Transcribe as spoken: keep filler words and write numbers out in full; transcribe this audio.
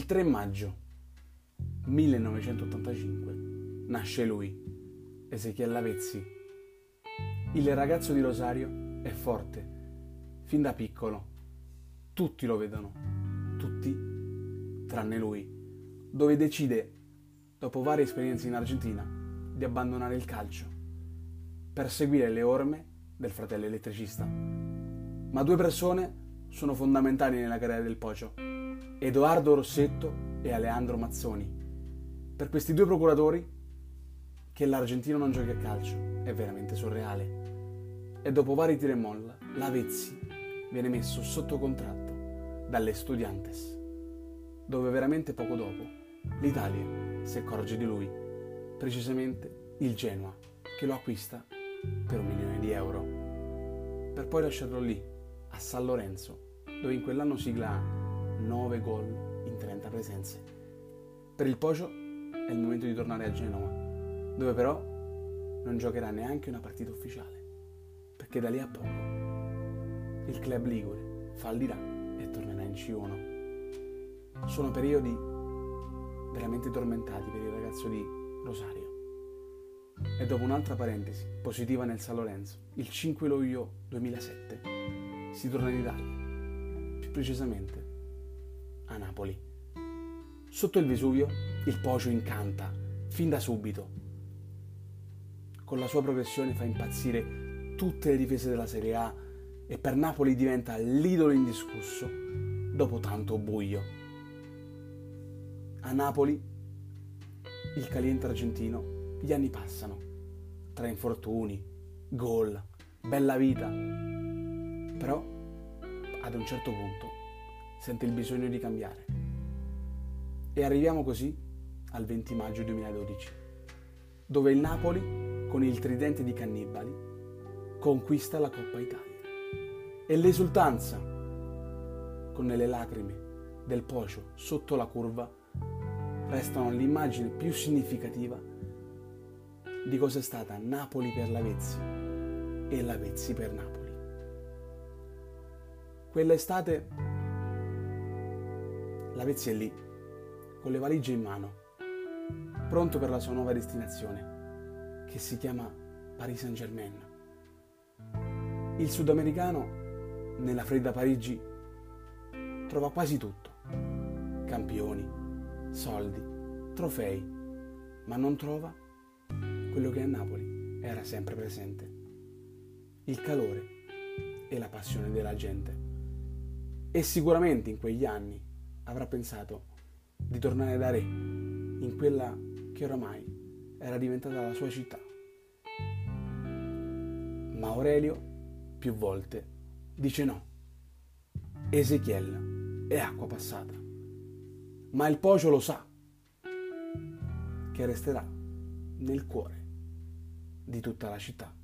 Il tre maggio millenovecentottantacinque nasce lui, Ezechiel Lavezzi. Il ragazzo di Rosario è forte, fin da piccolo. Tutti lo vedono, tutti tranne lui, dove decide, dopo varie esperienze in Argentina, di abbandonare il calcio per seguire le orme del fratello elettricista. Ma due persone sono fondamentali nella carriera del Pocio: Edoardo Rossetto e Aleandro Mazzoni. Per questi due procuratori che l'argentino non giochi a calcio è veramente surreale. E dopo vari tira e molla, Lavezzi viene messo sotto contratto dalle Estudiantes, dove veramente poco dopo l'Italia si accorge di lui, precisamente il Genoa, che lo acquista per un milione di euro, per poi lasciarlo lì, a San Lorenzo, dove in quell'anno sigla nove gol in trenta presenze. Per il Pocio è il momento di tornare a Genova, dove però non giocherà neanche una partita ufficiale, perché da lì a poco il club ligure fallirà e tornerà in C uno. Sono periodi veramente tormentati per il ragazzo di Rosario. E dopo un'altra parentesi positiva nel San Lorenzo, il cinque luglio duemilasette si torna in Italia, più precisamente a Napoli. Sotto il Vesuvio il Pocio incanta fin da subito. Con la sua progressione fa impazzire tutte le difese della Serie A e per Napoli diventa l'idolo indiscusso dopo tanto buio. A Napoli il caliente argentino, gli anni passano, tra infortuni, gol, bella vita, però ad un certo punto sente il bisogno di cambiare. E arriviamo così al venti maggio duemiladodici, dove il Napoli, con il tridente di Cannibali, conquista la Coppa Italia. E l'esultanza, con le lacrime del Pocio sotto la curva, restano l'immagine più significativa di cosa è stata Napoli per Lavezzi e Lavezzi per Napoli. Quella estate Lavezzi è lì, con le valigie in mano, pronto per la sua nuova destinazione, che si chiama Paris Saint-Germain. Il sudamericano, nella fredda Parigi, trova quasi tutto: campioni, soldi, trofei, ma non trova quello che a Napoli era sempre presente: il calore e la passione della gente. E sicuramente in quegli anni avrà pensato di tornare da re in quella che oramai era diventata la sua città. Ma Aurelio più volte dice no. Ezechiel è acqua passata, ma il Pocio lo sa che resterà nel cuore di tutta la città.